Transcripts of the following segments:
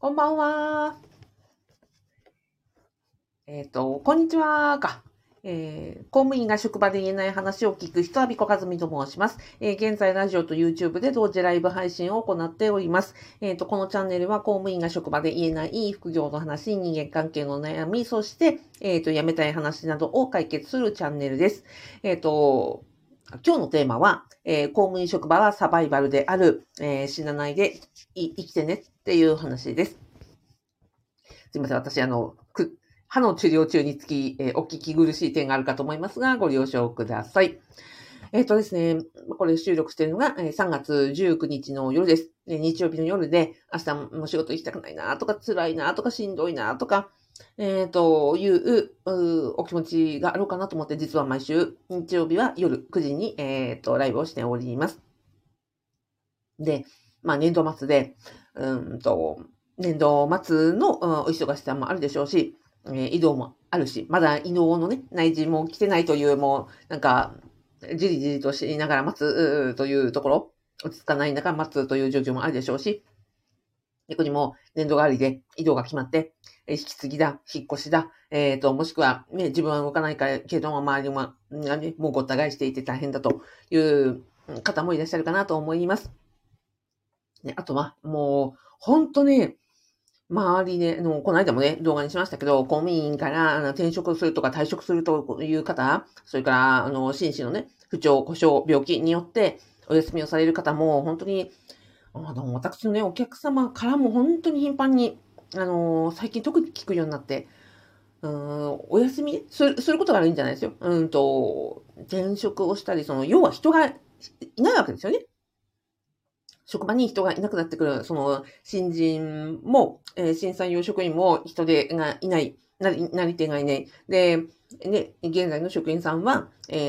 こんばんは。こんにちは公務員が職場で言えない話を聞く人はびこかずみと申します。現在ラジオと YouTube で同時ライブ配信を行っております。このチャンネルは公務員が職場で言えない副業の話、人間関係の悩み、そして、辞めたい話などを解決するチャンネルです。今日のテーマは、公務員職場はサバイバルである、死なないで生きてねっていう話です。すいません、私、歯の治療中につき、お聞き苦しい点があるかと思いますが、ご了承ください。ですね、これ収録しているのが3月19日の夜です。日曜日の夜で、明日も仕事行きたくないなとか、辛いなとか、しんどいなとか、いうお気持ちがあろうかなと思って、実は毎週日曜日は夜9時に、ライブをしております。で、年度末で、年度末のお忙しさもあるでしょうし、移動もあるし、まだ移動のね、内示も来てないという、もう、なんか、じりじりとしながら待つというところ、落ち着かない中待つという状況もあるでしょうし、逆にも年度代わりで移動が決まって、引き継ぎだ、引っ越しだ、もしくは、ね、自分は動かないけれども、周りも、もうごった返していて大変だという方もいらっしゃるかなと思います。ね、あとは、もう、ほんとね、周りで、この間もね、動画にしましたけど、公務員から転職するとか退職するという方、それから、心身のね、不調、故障、病気によって、お休みをされる方も、本当に、私のね、お客様からも本当に頻繁に、最近特に聞くようになって、お休みすることが悪いんじゃないですよ。転職をしたり、要は人がいないわけですよね。職場に人がいなくなってくる、新人も、新採用職員も人手がいない、なり手がいない。で、ね、現在の職員さんは、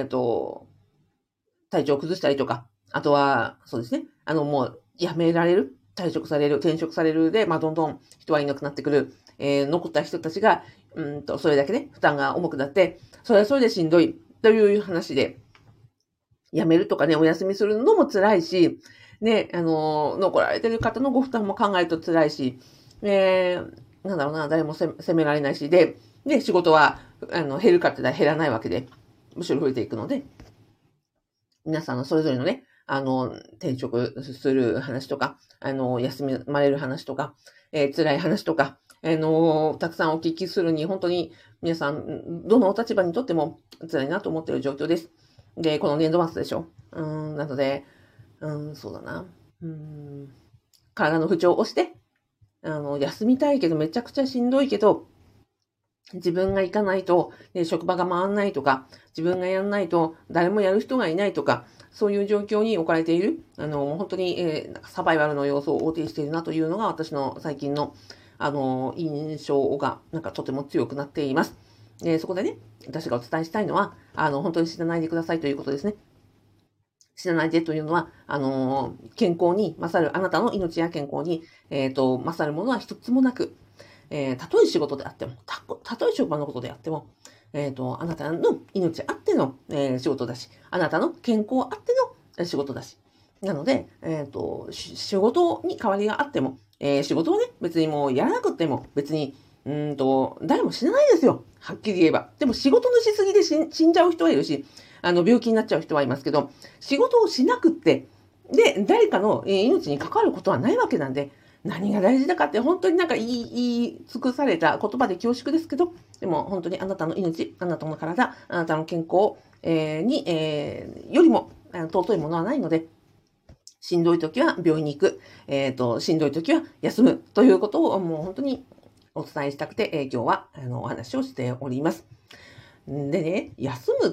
体調を崩したりとか、あとは、そうですね、もう、辞められる、退職される、転職されるで、どんどん人はいなくなってくる。残った人たちが、それだけね、負担が重くなって、それはそれでしんどい、という話で、辞めるとかね、お休みするのも辛いし、ね、残られてる方のご負担も考えると辛いし、なんだろうな、誰も責められないし、で、仕事は、減るかって言ったら減らないわけで、むしろ増えていくので、皆さんのそれぞれのね、転職する話とか、休まれる話とか、辛い話とか、たくさんお聞きするに、本当に皆さん、どのお立場にとっても辛いなと思っている状況です。で、この年度末でしょ。なので、そうだな。体の不調をして、休みたいけど、めちゃくちゃしんどいけど、自分が行かないと、職場が回んないとか、自分がやんないと、誰もやる人がいないとか、そういう状況に置かれている、本当に、サバイバルの要素を横定しているなというのが、私の最近の、印象が、とても強くなっています。そこでね、私がお伝えしたいのは、本当に死なないでくださいということですね。死なないでというのは、健康に勝る、あなたの命や健康に、勝るものは一つもなく、たとえ仕事であっても、たとえ職場のことであっても、あなたの命あっての、仕事だし、あなたの健康あっての仕事だし。なので、仕事に変わりがあっても、仕事をね、別にもうやらなくても、別に、誰も死なないですよ。はっきり言えば。でも仕事のしすぎで死んじゃう人はいるし、病気になっちゃう人はいますけど、仕事をしなくって、で、誰かの命に関わることはないわけなんで、何が大事だかって本当に言い尽くされた言葉で恐縮ですけど、でも本当にあなたの命、あなたの体、あなたの健康、よりも尊いものはないので、しんどい時は病院に行く、しんどい時は休むということをもう本当にお伝えしたくて、今日はお話をしております。でね、休むって、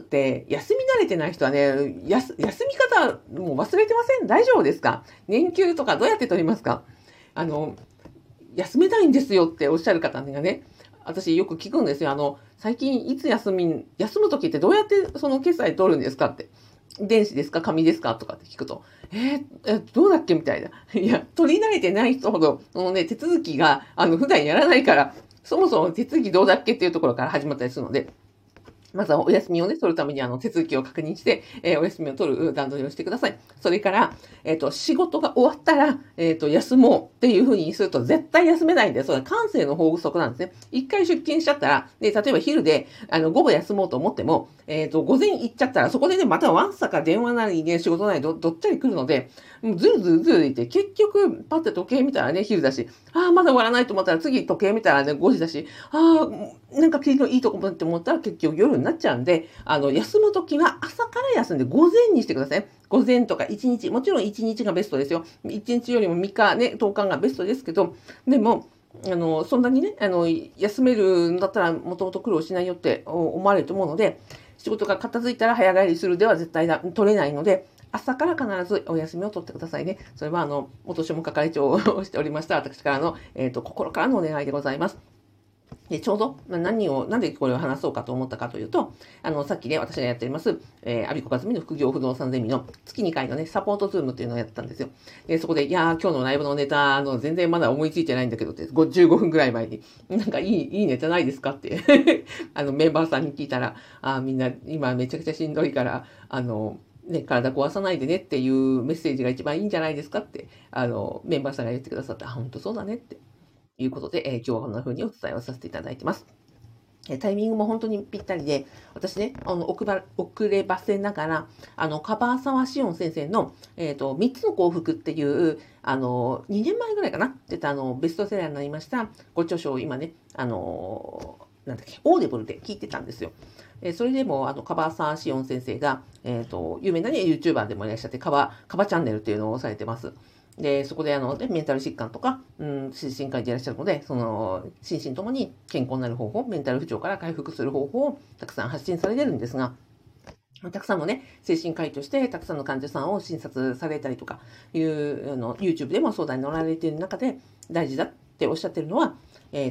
休み慣れてない人はね、休み方もう忘れてません？大丈夫ですか？年給とかどうやって取りますか？休めないんですよっておっしゃる方がね、私よく聞くんですよ。最近いつ休む時ってどうやってその決済取るんですかって。電子ですか紙ですかとかって聞くと、どうだっけみたいな。いや、取り慣れてない人ほど、手続きが、普段やらないから、そもそも手続きどうだっけっていうところから始まったりするので、 まずはお休みをね、取るために手続きを確認して、お休みを取る段取りをしてください。それから、仕事が終わったら、休もうっていうふうにすると絶対休めないんで、それは感性の法則なんですね。一回出勤しちゃったら、で、例えば昼で、午後休もうと思っても、午前行っちゃったら、そこでね、またわんさか電話なりね、仕事なりどっちゃり来るので、もうずるずるずるいて、結局、パッて時計見たらね、昼だし、まだ終わらないと思ったら次時計見たらね、5時だし、なんか昨日いいとこって思ったら結局夜になっちゃうんで、休むときは朝から休んで午前にしてください。午前とか1日、もちろん1日がベストですよ。1日よりも3日ね、10日がベストですけど、でも、そんなにね、休めるんだったらもともと苦労しないよって思われると思うので、仕事が片付いたら早帰りするでは絶対取れないので、朝から必ずお休みを取ってくださいね。それは元庶務係長をしておりました私からの、心からのお願いでございます。で、ちょうどなんでこれを話そうかと思ったかというと、さっきね、私がやっております、アビコカズミの副業不動産ゼミの月2回のね、サポートズームっていうのをやってたんですよ。で、そこで、今日のライブのネタ、全然まだ思いついてないんだけどって、15分ぐらい前に、なんかいいネタないですかってメンバーさんに聞いたら、みんな今めちゃくちゃしんどいから、体壊さないでねっていうメッセージが一番いいんじゃないですかって、メンバーさんが言ってくださって、本当そうだねって。いうことで、今日はこんな風にお伝えをさせていただいてます。タイミングも本当にぴったりで、私ね、遅ればせながら、樺沢志音先生の、3つの幸福っていう、2年前ぐらいかな、出たベストセラーになりました、ご著書を今ね、オーディブルで聞いてたんですよ。それでも、樺沢志音先生が、有名なね、YouTuber でもいらっしゃって、樺チャンネルっていうのをされてます。で、そこでメンタル疾患とか、精神科医でいらっしゃるので、心身ともに健康になる方法、メンタル不調から回復する方法をたくさん発信されてるんですが、たくさんのね、精神科医として、たくさんの患者さんを診察されたりとかいう、YouTube でも相談に乗られている中で、大事だっておっしゃってるのは、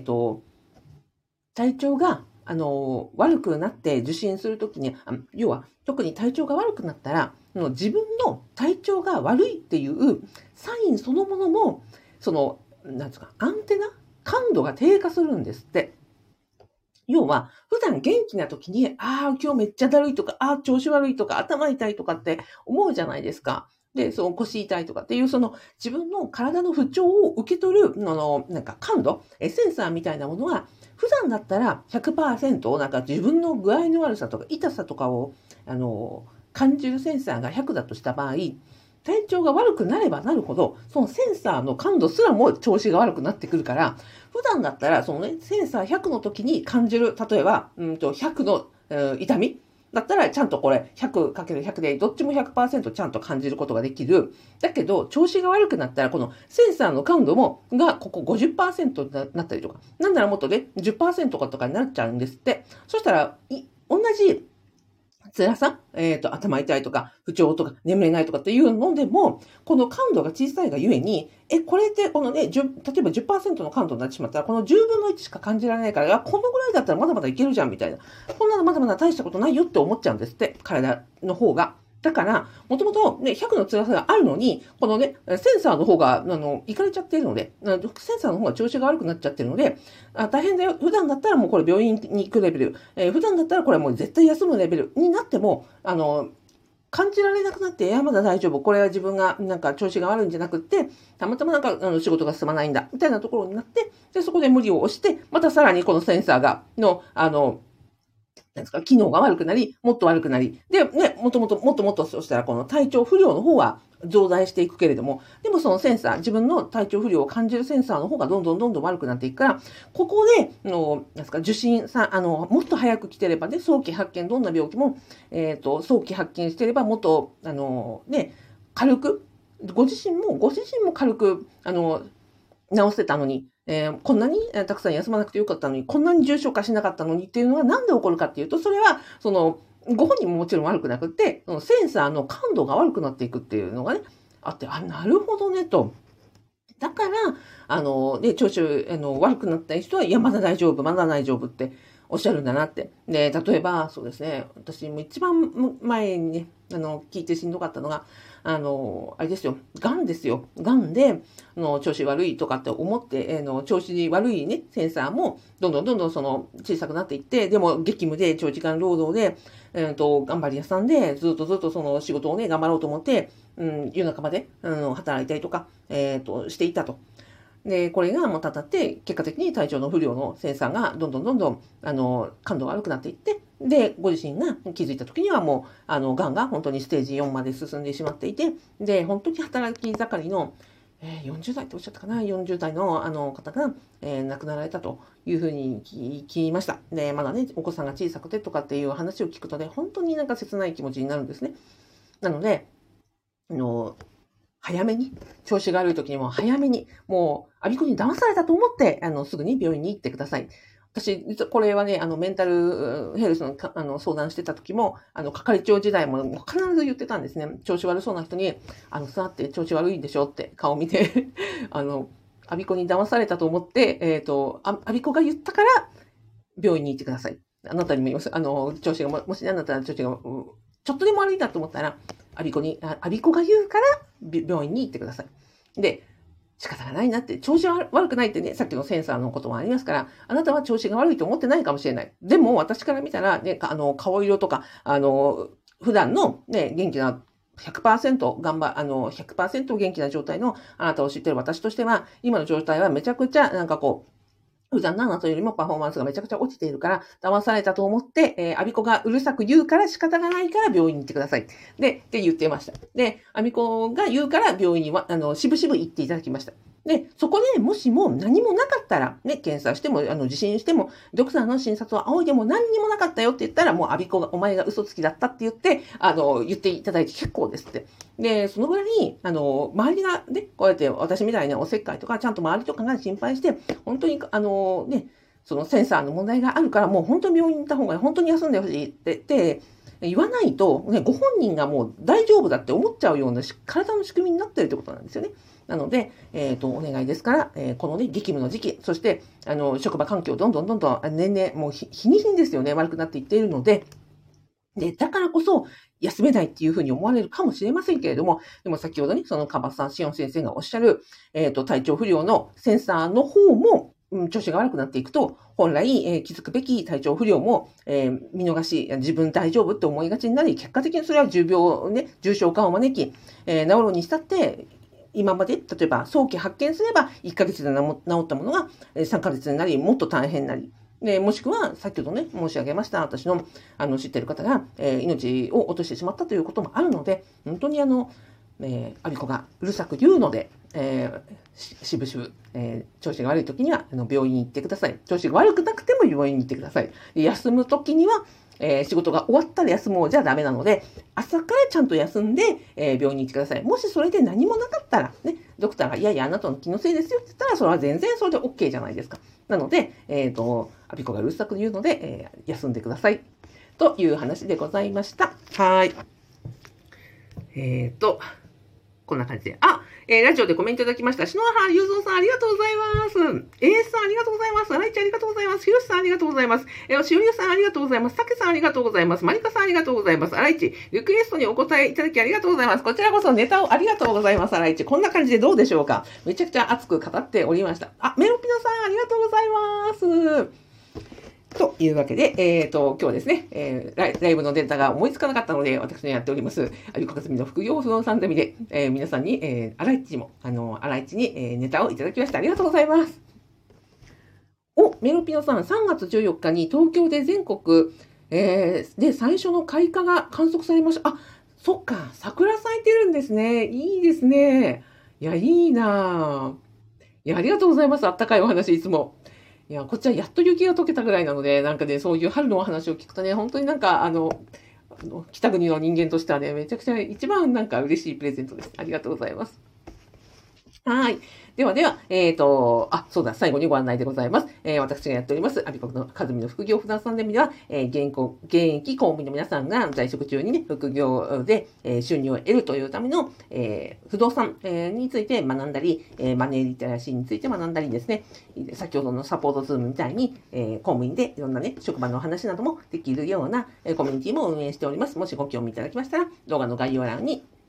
体調が、悪くなって受診するときに、要は、特に体調が悪くなったら、自分の体調が悪いっていうサインそのものも、なんですか、アンテナ感度が低下するんですって。要は、普段元気な時に、今日めっちゃだるいとか、調子悪いとか、頭痛いとかって思うじゃないですか。で、腰痛いとかっていう、自分の体の不調を受け取る、なんか感度、センサーみたいなものは、普段だったら100%、なんか自分の具合の悪さとか痛さとかを、感じるセンサーが100だとした場合、体調が悪くなればなるほど、そのセンサーの感度すらも調子が悪くなってくるから、普段だったら、センサー100の時に感じる、例えば、100の、痛みだったら、ちゃんとこれ、100×100 で、どっちも 100% ちゃんと感じることができる。だけど、調子が悪くなったら、このセンサーの感度が、ここ 50% になったりとか、なんならもっとね、10% とかになっちゃうんですって。そしたら、同じ、辛さ、頭痛いとか、不調とか、眠れないとかっていうのでも、この感度が小さいがゆえに、これってこのね、例えば 10% の感度になってしまったら、この10分の1しか感じられないから、このぐらいだったらまだまだいけるじゃん、みたいな。こんなのまだまだ大したことないよって思っちゃうんですって、体の方が。だから、もともとね、100の辛さがあるのに、このね、センサーの方が、いかれちゃっているので、センサーの方が調子が悪くなっちゃってるので、大変だよ。普段だったらもうこれ病院に行くレベル、普段だったらこれはもう絶対休むレベルになっても、感じられなくなって、いや、まだ大丈夫。これは自分がなんか調子が悪いんじゃなくって、たまたまなんか仕事が進まないんだ、みたいなところになって、で、そこで無理を押して、またさらにこのセンサーが、なんですか、機能が悪くなり、もっと悪くなり、で、ね、もっとそうしたら、この体調不良の方は増大していくけれども、でもそのセンサー、自分の体調不良を感じるセンサーの方がどんどん悪くなっていくから、ここで、なんですか、受診さ、もっと早く来てればね、早期発見、どんな病気も、早期発見してれば、もっと、軽く、ご自身も軽く、治せたのに、こんなにたくさん休まなくてよかったのに、こんなに重症化しなかったのにっていうのはなんで起こるかっていうと、それは、ご本人ももちろん悪くなくて、センサーの感度が悪くなっていくっていうのがね、あって、なるほどね、と。だから、調子、悪くなった人は、いや、まだ大丈夫っておっしゃるんだなって。で、例えば、そうですね、私も一番前にね、聞いてしんどかったのが、 あれですよ、癌ですよ。癌で、調子悪いとかって思って、調子悪いね、センサーも、どんどん小さくなっていって、でも激務で長時間労働で、頑張り屋さんで、ずっとその仕事をね、頑張ろうと思って、夜中まで、働いたりとか、していたと。で、これがもうたたって、結果的に体調の不良のセンサーがどんどん、感度が悪くなっていって、で、ご自身が気づいた時にはもう、癌が本当にステージ4まで進んでしまっていて、で、本当に働き盛りの、40代っておっしゃったかな、40代の方が、亡くなられたというふうに聞きました。で、まだね、お子さんが小さくてとかっていう話を聞くとね、本当になんか切ない気持ちになるんですね。なので、早めに、調子が悪い時にも早めに、もう、我孫子に騙されたと思って、すぐに病院に行ってください。私、実はこれはね、メンタルヘルスの相談してた時も、係長時代も必ず言ってたんですね。調子悪そうな人に、さって調子悪いんでしょって顔見て、我孫子に騙されたと思って、我孫子が言ったから、病院に行ってください。あなたにも言います。調子が、もしあなたの調子が、ちょっとでも悪いなと思ったら、我孫子が言うから病院に行ってください。で、仕方がないなって、調子は悪くないってね、さっきのセンサーのこともありますから、あなたは調子が悪いと思ってないかもしれない。でも、私から見たら、ね、顔色とか、普段のね、元気な100%100%元気な状態のあなたを知ってる私としては、今の状態はめちゃくちゃ、普段のあなたよりもパフォーマンスがめちゃくちゃ落ちているから、騙されたと思って、我孫子がうるさく言うから仕方がないから病院に行ってください。って言ってました。で、我孫子が言うから病院には、しぶしぶ行っていただきました。で、そこでもしも何もなかったら、ね、検査しても、受診しても、ドクターの診察を仰いでも何にもなかったよって言ったら、もう我孫子が、お前が嘘つきだったって言って、言っていただいて結構ですって。で、そのぐらい、周りがね、こうやって私みたいなおせっかいとか、ちゃんと周りとかが心配して、本当に、そのセンサーの問題があるから、もう本当に病院に行った方が本当に休んでほしいって言わないと、ね、ご本人がもう大丈夫だって思っちゃうような体の仕組みになってるってことなんですよね。なので、お願いですから、このね、激務の時期、そして、職場環境どんどん年々、もう日に日にですよね、悪くなっていっているので、で、だからこそ、休めないっていうふうに思われるかもしれませんけれども、でも先ほどね、そのカバサシオン先生がおっしゃる、体調不良のセンサーの方も、調子が悪くなっていくと、本来、気づくべき体調不良も、見逃し、自分大丈夫って思いがちになり、結果的にそれは重症化を招き、治るにしたって、今まで、例えば早期発見すれば1ヶ月で治ったものが3ヶ月になり、もっと大変になり、で、もしくは、先ほどね、申し上げました、私の、知っている方が、命を落としてしまったということもあるので、本当に我孫子がうるさく言うので、しぶしぶ、調子が悪い時には、病院に行ってください。調子が悪くなくても病院に行ってください。で休む時には、仕事が終わったら休もうじゃダメなので、朝からちゃんと休んで、病院に行ってください。もしそれで何もなかったら、ね、ドクターが、いやいや、あなたの気のせいですよって言ったら、それは全然それで OK じゃないですか。なので、我孫子がうるさく言うので、休んでください。という話でございました。はい。こんな感じで。ラジオでコメントいただきました。篠原雄三さん、ありがとうございます。A さん、ありがとうございます。新井ちゃん、ありがとうございます。ひろしさん、ありがとうございます。しおりさん、ありがとうございます。たけさん、ありがとうございます。まりかさん、ありがとうございます。新井リクエストにお答えいただきありがとうございます。こちらこそネタをありがとうございます。新井こんな感じでどうでしょうか。めちゃくちゃ熱く語っておりました。メロピノさん、ありがとうございます。というわけで、今日はですね、ライブのデータが思いつかなかったので、私のやっております、有岡克美の副業不動産ゼミで、皆さんに、荒市に、ネタをいただきました。ありがとうございます。メロピノさん、3月14日に東京で全国、で最初の開花が観測されました。そっか、桜咲いてるんですね。いいですね。いや、いいなぁ。いや、ありがとうございます。あったかいお話、いつも。いや、こっちはやっと雪が溶けたぐらいなので、なんかね、そういう春のお話を聞くとね、本当になんか、北国の人間としてはね、めちゃくちゃ一番なんか嬉しいプレゼントです。ありがとうございます。はい。では、そうだ、最後にご案内でございます。私がやっております、アビコのかずみの副業不動産ゼミでは、現役公務員の皆さんが在職中にね、副業で、収入を得るというための、不動産、について学んだり、マネーリテラシーについて学んだりですね、先ほどのサポートズームみたいに、公務員でいろんなね、職場の話などもできるような、コミュニティも運営しております。もしご興味いただきましたら、動画の概要欄に、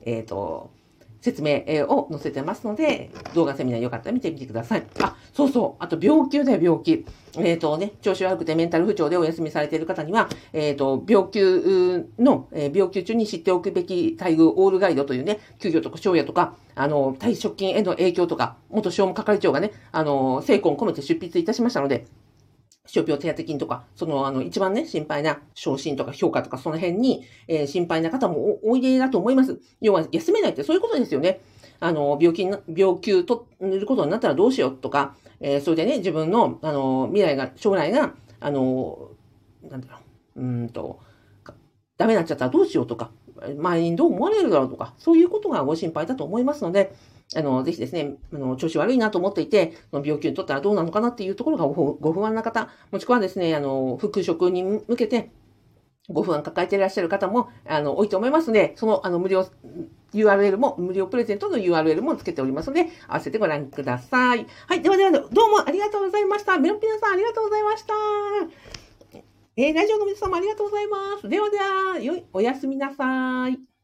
説明を載せてますので、動画セミナーよかったら見てみてください。あ、そうそう。あと、病気だよ、病気。調子悪くてメンタル不調でお休みされている方には、病気中に知っておくべき待遇オールガイドというね、休業とか賞与とか、退職金への影響とか、元商務係長がね、精魂込めて出筆いたしましたので、傷病手当金とか、一番ね、心配な昇進とか評価とか、その辺に、心配な方もおいでだと思います。要は、休めないってそういうことですよね。病休とることになったらどうしようとか、それでね、自分の、将来が、なんだろう、ダメになっちゃったらどうしようとか、周りにどう思われるだろうとか、そういうことがご心配だと思いますので、ぜひですね、調子悪いなと思っていて、その病気にとったらどうなのかなっていうところがご不安な方、もしくはですね、復職に向けて、ご不安抱えていらっしゃる方も、多いと思いますので、その、無料プレゼントの URL もつけておりますので、合わせてご覧ください。はい。では、どうもありがとうございました。メロンピナさんありがとうございました。ラジオの皆様ありがとうございます。では、おやすみなさい。